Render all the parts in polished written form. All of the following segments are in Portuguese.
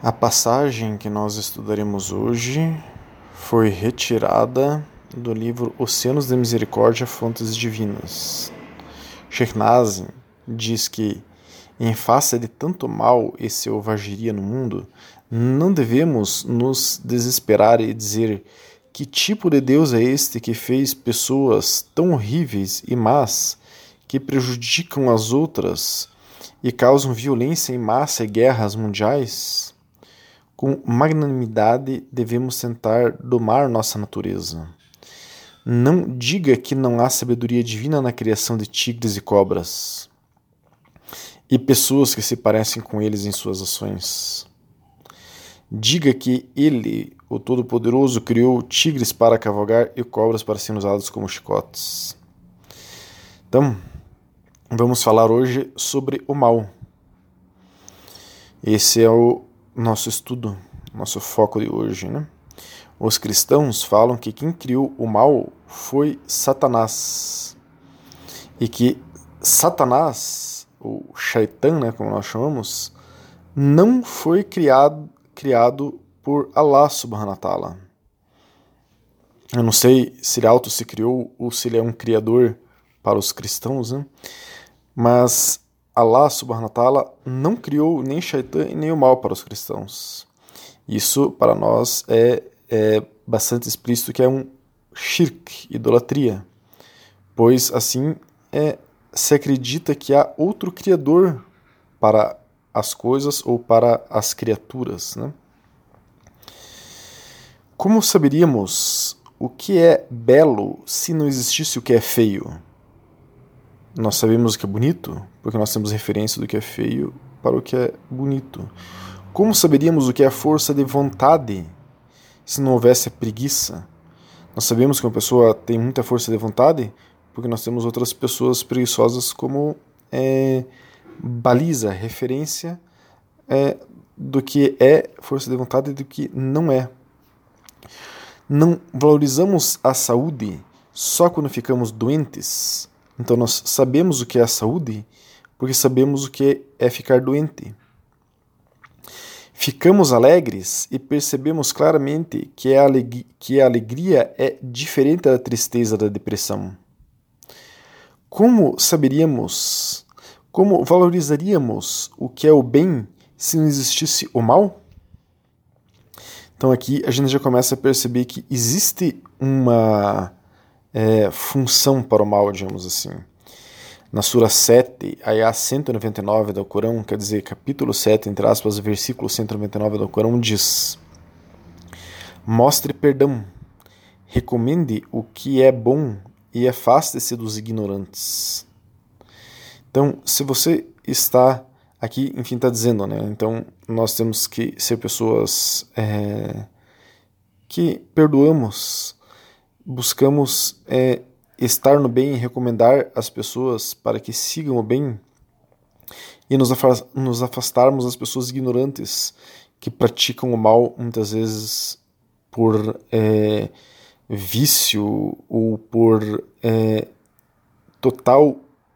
A passagem que nós estudaremos hoje foi retirada do livro Oceanos de Misericórdia, Fontes Divinas. Sheikh Nazim diz que, em face de tanto mal e selvageria no mundo, não devemos nos desesperar e dizer: que tipo de Deus é este que fez pessoas tão horríveis e más, que prejudicam as outras e causam violência em massa e guerras mundiais? Com magnanimidade devemos tentar domar nossa natureza. Não diga que não há sabedoria divina na criação de tigres e cobras, e pessoas que se parecem com eles em suas ações. Diga que Ele, o Todo-Poderoso, criou tigres para cavalgar e cobras para serem usados como chicotes. Então, vamos falar hoje sobre o mal. Esse é o nosso estudo, nosso foco de hoje, né? Os cristãos falam que quem criou o mal foi Satanás. E que Satanás, ou Shaitan, né, como nós chamamos, não foi criado por Allah subhanahu wa ta'ala. Eu não sei se ele auto se criou ou se ele é um criador para os cristãos, né? Mas Allah subhanahu wa ta'ala não criou nem Shaitan e nem o mal para os cristãos. Isso para nós é bastante explícito que é um shirk, idolatria, pois assim se acredita que há outro criador para as coisas ou para as criaturas, né? Como saberíamos o que é belo se não existisse o que é feio? Nós sabemos o que é bonito porque nós temos referência do que é feio para o que é bonito. Como saberíamos o que é a força de vontade se não houvesse a preguiça? Nós sabemos que uma pessoa tem muita força de vontade porque nós temos outras pessoas preguiçosas como baliza, referência do que é força de vontade e do que não é. Não valorizamos a saúde só quando ficamos doentes. Então nós sabemos o que é a saúde porque sabemos o que é ficar doente. Ficamos alegres e percebemos claramente que a alegria é diferente da tristeza, da depressão. Como saberíamos, como valorizaríamos o que é o bem se não existisse o mal? Então aqui a gente já começa a perceber que existe uma função para o mal, digamos assim. Na Sura 7, Ayah 199 do Corão, quer dizer, capítulo 7, entre aspas, versículo 199 do Corão, diz: mostre perdão, recomende o que é bom e afaste-se dos ignorantes. Então, se você está aqui, enfim, está dizendo, né? Então, nós temos que ser pessoas que perdoamos, buscamos estar no bem e recomendar as pessoas para que sigam o bem e nos afastarmos das pessoas ignorantes que praticam o mal muitas vezes por vício ou por total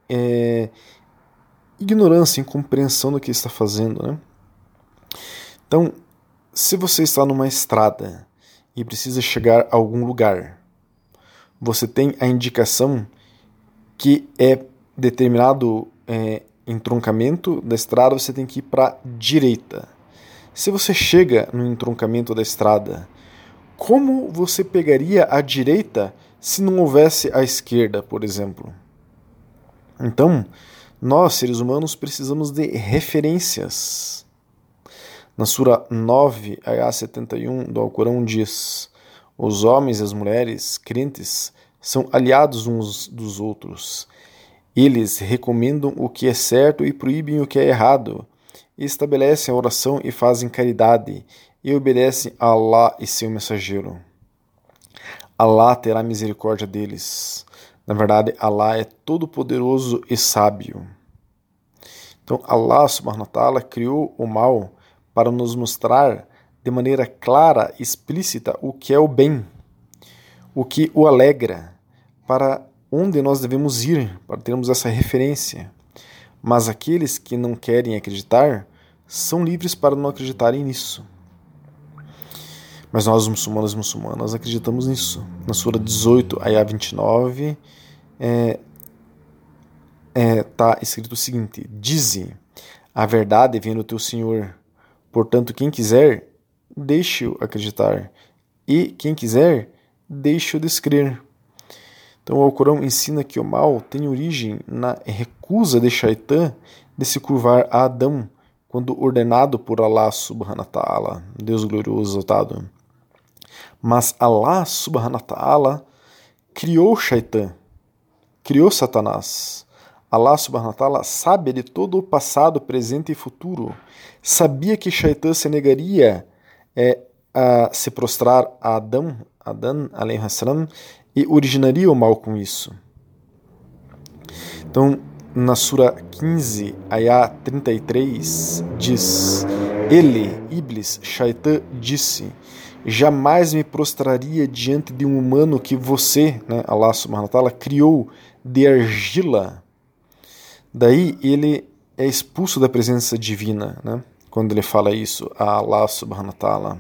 ignorância, incompreensão do que está fazendo, né? Então, se você está numa estrada e precisa chegar a algum lugar, você tem a indicação que é determinado entroncamento da estrada, você tem que ir para a direita. Se você chega no entroncamento da estrada, como você pegaria a direita se não houvesse a esquerda, por exemplo? Então, nós, seres humanos, precisamos de referências. Na Sura 9, Ayah 71 do Alcorão diz: os homens e as mulheres crentes são aliados uns dos outros. Eles recomendam o que é certo e proíbem o que é errado. Estabelecem a oração e fazem caridade. E obedecem a Allah e seu mensageiro. Allah terá misericórdia deles. Na verdade, Allah é todo-poderoso e sábio. Então, Allah subhanahu wa ta'ala criou o mal para nos mostrar de maneira clara e explícita o que é o bem, o que o alegra, para onde nós devemos ir, para termos essa referência. Mas aqueles que não querem acreditar são livres para não acreditarem nisso. Mas nós, muçulmanos e muçulmanas, acreditamos nisso. Na Sura 18, Ayah 29, está escrito o seguinte: Dize, a verdade vem do teu Senhor. Portanto, quem quiser, deixe-o acreditar. E quem quiser, deixe-o descrer. Então, o Alcorão ensina que o mal tem origem na recusa de Shaitã de se curvar a Adão, quando ordenado por Allah subhanahu wa ta'ala, Deus glorioso exaltado. Mas Allah subhanahu wa ta'ala criou Shaitã, criou Satanás. Allah subhanahu wa ta'ala sabe de todo o passado, presente e futuro. Sabia que Shaitã se negaria a se prostrar a Adão alayhi salam, e originaria o mal com isso. Então, na Sura 15, Ayah 33, diz: Ele, Iblis, Shaitã, disse: jamais me prostraria diante de um humano que você, Allah subhanahu wa ta'ala, criou de argila. Daí ele é expulso da presença divina, quando ele fala isso a Allah subhanahu wa ta'ala.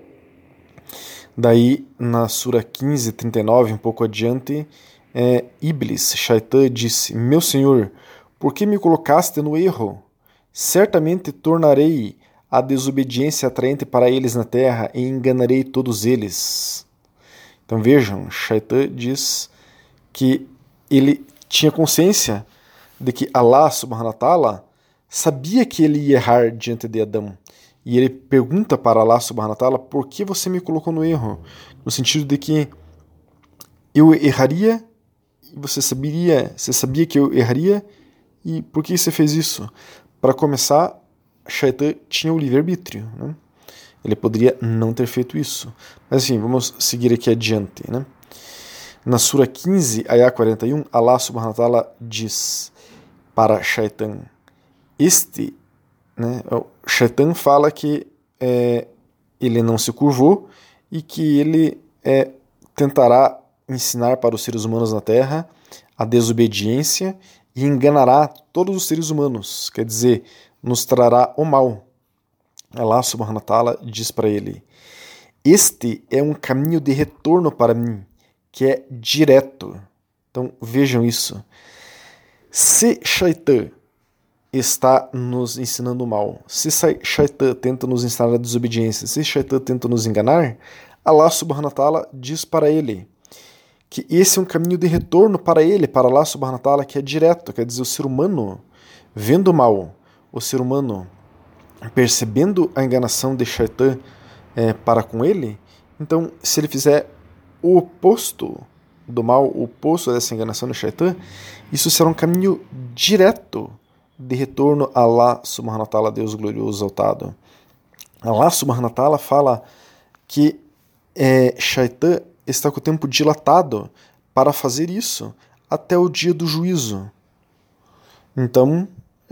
Daí, na Sura 15, 39, um pouco adiante, Iblis, Shaitã, disse: meu Senhor, por que me colocaste no erro? Certamente tornarei a desobediência atraente para eles na terra e enganarei todos eles. Então vejam, Shaitã diz que ele tinha consciência de que Allah subhanahu wa ta'ala sabia que ele ia errar diante de Adão. E ele pergunta para Allah subhanahu wa ta'ala: por que você me colocou no erro? No sentido de que eu erraria, e você sabia que eu erraria, e por que você fez isso? Para começar, Shaitã tinha o livre-arbítrio, Ele poderia não ter feito isso. Mas enfim, vamos seguir aqui adiante, Na Sura 15, Ayah 41, Allah subhanahu wa ta'ala diz para Shaitã: o Shaitã fala que ele não se curvou e que ele tentará ensinar para os seres humanos na Terra a desobediência e enganará todos os seres humanos, quer dizer, nos trará o mal. Allah subhanahu wa ta'ala diz para ele: este é um caminho de retorno para mim, que é direto. Então vejam isso. Se Shaitã está nos ensinando o mal, se Shaitã tenta nos ensinar a desobediência, se Shaitã tenta nos enganar, Allah subhanahu wa ta'ala diz para ele que esse é um caminho de retorno para ele, para Allah subhanahu wa ta'ala, que é direto. Quer dizer, o ser humano vendo o mal, o ser humano percebendo a enganação de Shaitã para com ele, então se ele fizer o oposto do mal, o oposto dessa enganação de Shaitã, isso será um caminho direto de retorno a Allah subhanahu wa ta'ala, Deus glorioso exaltado. Allah subhanahu wa ta'ala fala que Shaitã está com o tempo dilatado para fazer isso até o dia do juízo. Então,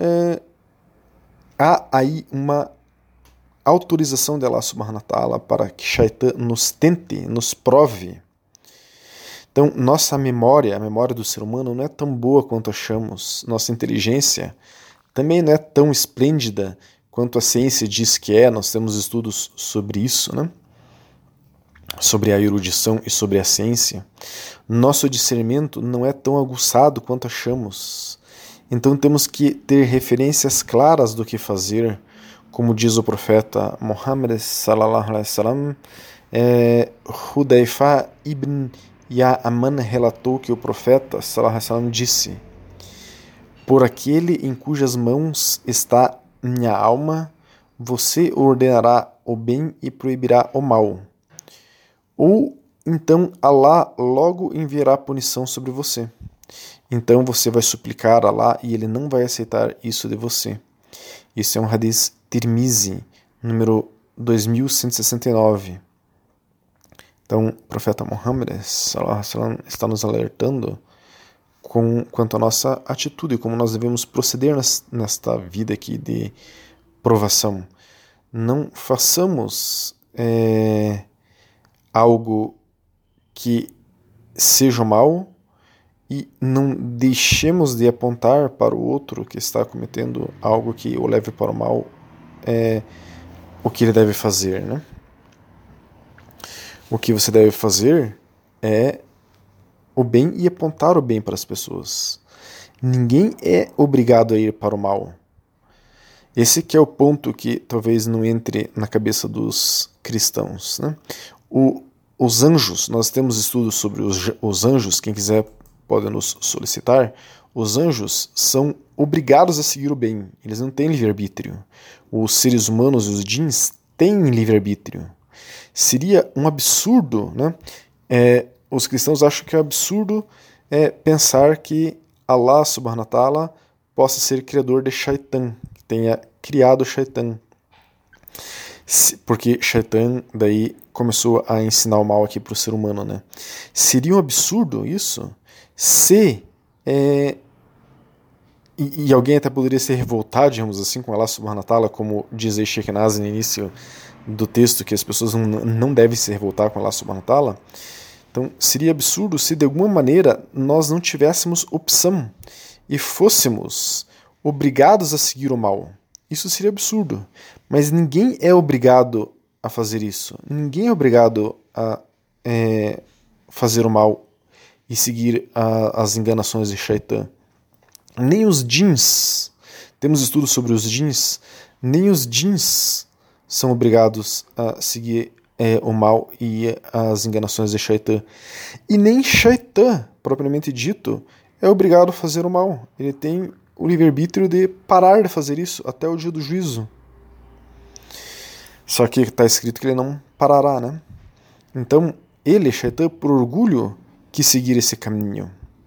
há aí uma autorização de Allah subhanahu wa ta'ala para que Shaitã nos tente, nos prove. Então, nossa memória, a memória do ser humano, não é tão boa quanto achamos. Nossa inteligência também não é tão esplêndida quanto a ciência diz que é. Nós temos estudos sobre isso, sobre a erudição e sobre a ciência. Nosso discernimento não é tão aguçado quanto achamos. Então temos que ter referências claras do que fazer, como diz o profeta Muhammad sallallahu alaihi wasallam. Hudayfa ibn Ya'man relatou que o profeta sallallahu alaihi wasallam disse: por aquele em cujas mãos está minha alma, você ordenará o bem e proibirá o mal. Ou então Allah logo enviará punição sobre você. Então você vai suplicar a Allah e ele não vai aceitar isso de você. Isso é um hadith Tirmizi, número 2169. Então, o profeta Muhammad está nos alertando quanto à nossa atitude, como nós devemos proceder nesta vida aqui de provação. Não façamos algo que seja mal e não deixemos de apontar para o outro que está cometendo algo que o leve para o mal o que ele deve fazer, né? O que você deve fazer é o bem e apontar o bem para as pessoas. Ninguém é obrigado a ir para o mal. Esse que é o ponto que talvez não entre na cabeça dos cristãos, né? Os anjos, nós temos estudos sobre os anjos, quem quiser pode nos solicitar. Os anjos são obrigados a seguir o bem, eles não têm livre-arbítrio. Os seres humanos e os djinns têm livre-arbítrio. Seria um absurdo, né? Os cristãos acham que é absurdo pensar que Allah subhanahu wa ta'ala possa ser criador de Shaitan, que tenha criado Shaitan. Porque Shaitan daí começou a ensinar o mal aqui para o ser humano, né? Seria um absurdo isso se... E alguém até poderia ser revoltado, digamos assim, com Allah subhanahu wa ta'ala, como diz aí Sheikh Nazi no início do texto, que as pessoas não devem se revoltar com Allah subhanahu wa ta'ala. Então, seria absurdo se de alguma maneira nós não tivéssemos opção e fôssemos obrigados a seguir o mal. Isso seria absurdo. Mas ninguém é obrigado a fazer isso. Ninguém é obrigado a fazer o mal e seguir as enganações de Shaitan. Nem os djinns, temos estudos sobre os djinns, nem os djinns são obrigados a seguir o mal e as enganações de Shaitan. E nem Shaitan, propriamente dito, é obrigado a fazer o mal. Ele tem o livre-arbítrio de parar de fazer isso até o dia do juízo. Só que está escrito que ele não parará, né? Então, ele, Shaitan, por orgulho, quis seguir esse caminho.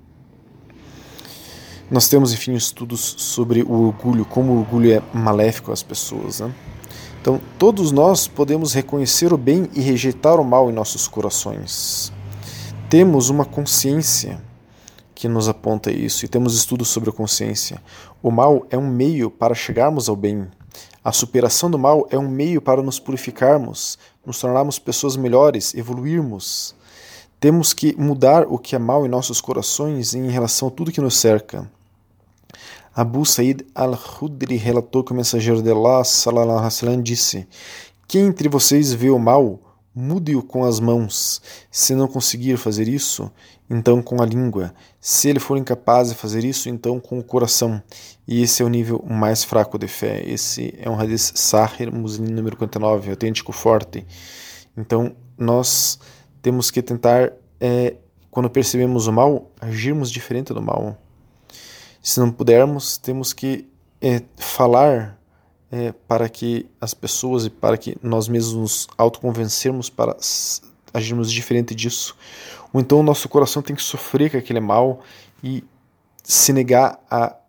Nós temos, enfim, estudos sobre o orgulho, como o orgulho é maléfico às pessoas, né? Então, todos nós podemos reconhecer o bem e rejeitar o mal em nossos corações. Temos uma consciência que nos aponta isso, e temos estudos sobre a consciência. O mal é um meio para chegarmos ao bem. A superação do mal é um meio para nos purificarmos, nos tornarmos pessoas melhores, evoluirmos. Temos que mudar o que é mal em nossos corações em relação a tudo que nos cerca. Abu Sa'id al-Khudri relatou que o mensageiro de Allah, sallallahu alaihi wasallam, disse: quem entre vocês vê o mal, mude-o com as mãos. Se não conseguir fazer isso, então com a língua. Se ele for incapaz de fazer isso, então com o coração. E esse é o nível mais fraco de fé. Esse é um hadith Sahih Muslim número 59, autêntico, forte. Então, nós temos que tentar, quando percebemos o mal, agirmos diferente do mal. Se não pudermos, temos que falar para que as pessoas e para que nós mesmos nos autoconvencermos para agirmos diferente disso. Ou então o nosso coração tem que sofrer com aquele mal e se negar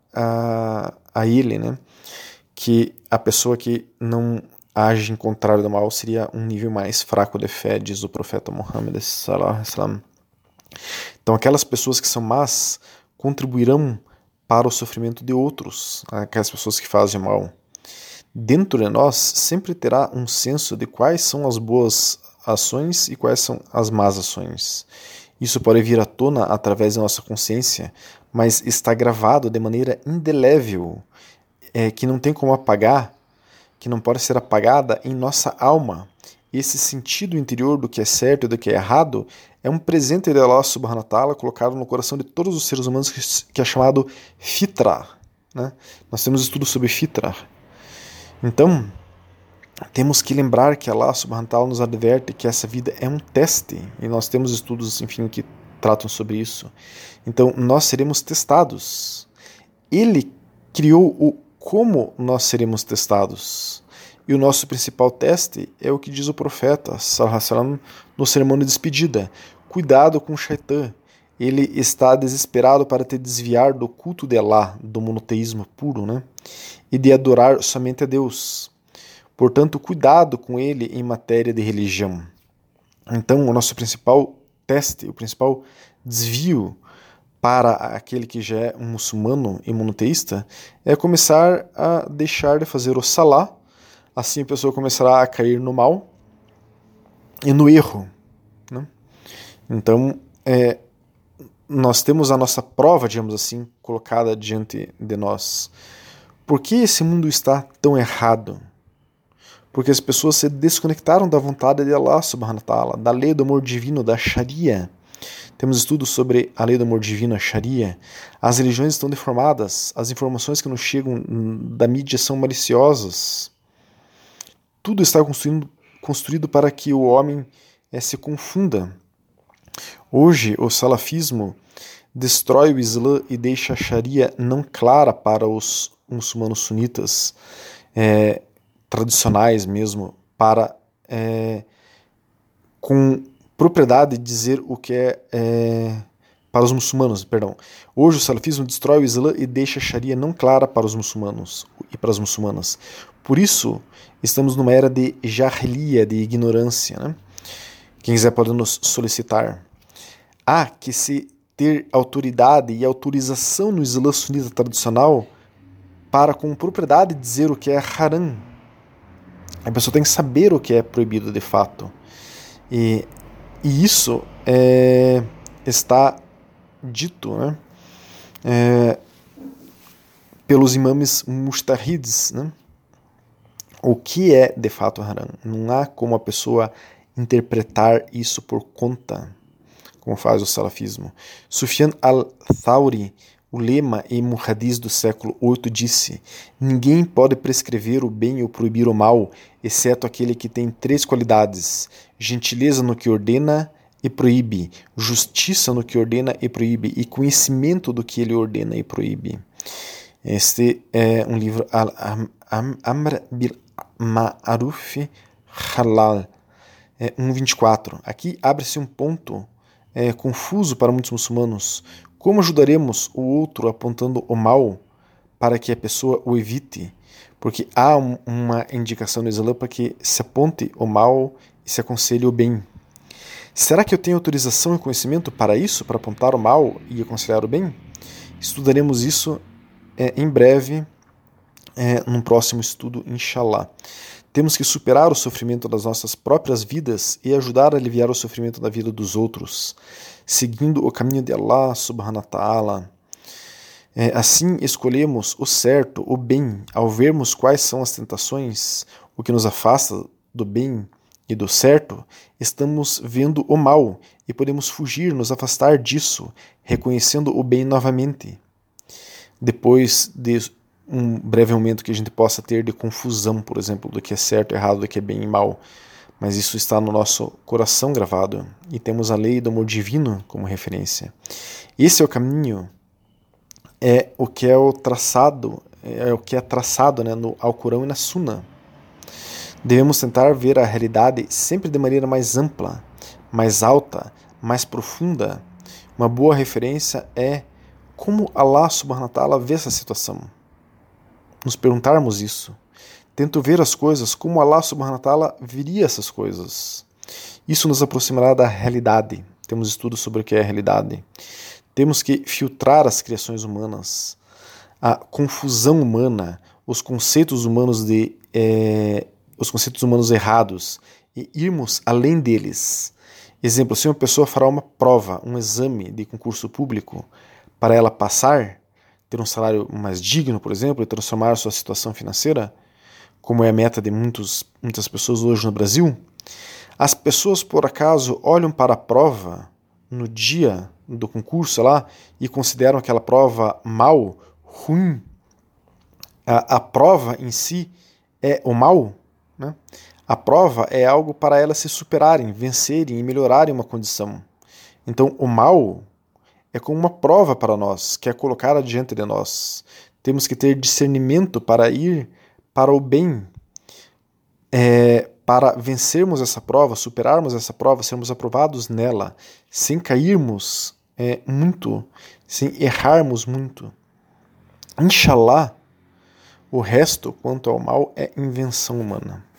a ele, né? Que a pessoa que não age em contrário do mal seria um nível mais fraco de fé, diz o profeta Muhammad sallallahu alaihi wasallam. Então aquelas pessoas que são más contribuirão para o sofrimento de outros, aquelas pessoas que fazem mal. Dentro de nós sempre terá um senso de quais são as boas ações e quais são as más ações. Isso pode vir à tona através da nossa consciência, mas está gravado de maneira indelével, que não tem como apagar, que não pode ser apagada em nossa alma. Esse sentido interior do que é certo e do que é errado é um presente de Allah subhanahu wa ta'ala colocado no coração de todos os seres humanos, que é chamado fitra, né? Nós temos estudos sobre fitra. Então, temos que lembrar que Allah subhanahu wa ta'ala nos adverte que essa vida é um teste, e nós temos estudos, enfim, que tratam sobre isso. Então, nós seremos testados. Ele criou o como nós seremos testados. E o nosso principal teste é o que diz o profeta, sallallahu alaihi wasallam, no sermão de despedida. Cuidado com o Shaitan. Ele está desesperado para te desviar do culto de Allah, do monoteísmo puro, né? E de adorar somente a Deus. Portanto, cuidado com ele em matéria de religião. Então, o nosso principal teste, o principal desvio para aquele que já é um muçulmano e monoteísta é começar a deixar de fazer o salá. Assim a pessoa começará a cair no mal e no erro, né? Então, nós temos a nossa prova, digamos assim, colocada diante de nós. Por que esse mundo está tão errado? porque as pessoas se desconectaram da vontade de Allah subhanahu wa ta'ala, da lei do amor divino, da Sharia. Temos estudos sobre a lei do amor divino, a Sharia. As religiões estão deformadas, as informações que nos chegam da mídia são maliciosas. Tudo está construído para que o homem se confunda. Hoje, o salafismo destrói o Islã e deixa a Sharia não clara para os muçulmanos sunitas tradicionais mesmo, para com propriedade dizer o que para os muçulmanos, perdão. Hoje o salafismo destrói o Islã e deixa a Sharia não clara para os muçulmanos e para as muçulmanas. Por isso, estamos numa era de jahiliya, de ignorância, né? Quem quiser pode nos solicitar. Há que se ter autoridade e autorização no Islã sunita tradicional para com propriedade dizer o que é haram. A pessoa tem que saber o que é proibido de fato. E isso está dito, né, pelos imames mujtahids, né, o que é de fato haram. Não há como a pessoa interpretar isso por conta, como faz o salafismo. Sufyan al-Thawri, o lema e muhadis do século VIII, disse: ninguém pode prescrever o bem ou proibir o mal, exceto aquele que tem 3 qualidades: gentileza no que ordena e proíbe, justiça no que ordena e proíbe, e conhecimento do que ele ordena e proíbe. Este é um livro Amr bil Ma'ruf Halal, 1.24. Aqui abre-se um ponto confuso para muitos muçulmanos. Como ajudaremos o outro apontando o mal para que a pessoa o evite? Porque há uma indicação no Islã para que se aponte o mal e se aconselhe o bem. Será que eu tenho autorização e conhecimento para isso, para apontar o mal e aconselhar o bem? Estudaremos isso em breve, num próximo estudo, inshallah. Temos que superar o sofrimento das nossas próprias vidas e ajudar a aliviar o sofrimento da vida dos outros, seguindo o caminho de Allah subhanahu wa ta'ala. Assim escolhemos o certo, o bem, ao vermos quais são as tentações, o que nos afasta do bem e do certo, estamos vendo o mal e podemos fugir, nos afastar disso, reconhecendo o bem novamente. Depois de um breve momento que a gente possa ter de confusão, por exemplo, do que é certo, errado, do que é bem e mal. Mas isso está no nosso coração gravado e temos a lei do amor divino como referência. Esse é o caminho, o que é traçado né, no Alcorão e na Sunna. Devemos tentar ver a realidade sempre de maneira mais ampla, mais alta, mais profunda. Uma boa referência é como Allah subhanahu wa ta'ala vê essa situação. Nos perguntarmos isso. Tento ver as coisas como Allah subhanahu wa ta'ala viria essas coisas. Isso nos aproximará da realidade. Temos estudos sobre o que é a realidade. Temos que filtrar as criações humanas, a confusão humana, os conceitos humanos errados e irmos além deles. Exemplo, se uma pessoa fará uma prova, um exame de concurso público, para ela passar, ter um salário mais digno, por exemplo, e transformar a sua situação financeira, como é a meta de muitas pessoas hoje no Brasil, as pessoas, por acaso, olham para a prova no dia do concurso lá e consideram aquela prova mal, ruim. A prova em si é o mal, né? A prova é algo para elas se superarem, vencerem e melhorarem uma condição. Então, o mal é como uma prova para nós, que é colocada diante de nós. Temos que ter discernimento para ir para o bem, para vencermos essa prova, superarmos essa prova, sermos aprovados nela, sem cairmos muito, sem errarmos muito. Inshallah, o resto, quanto ao mal, é invenção humana.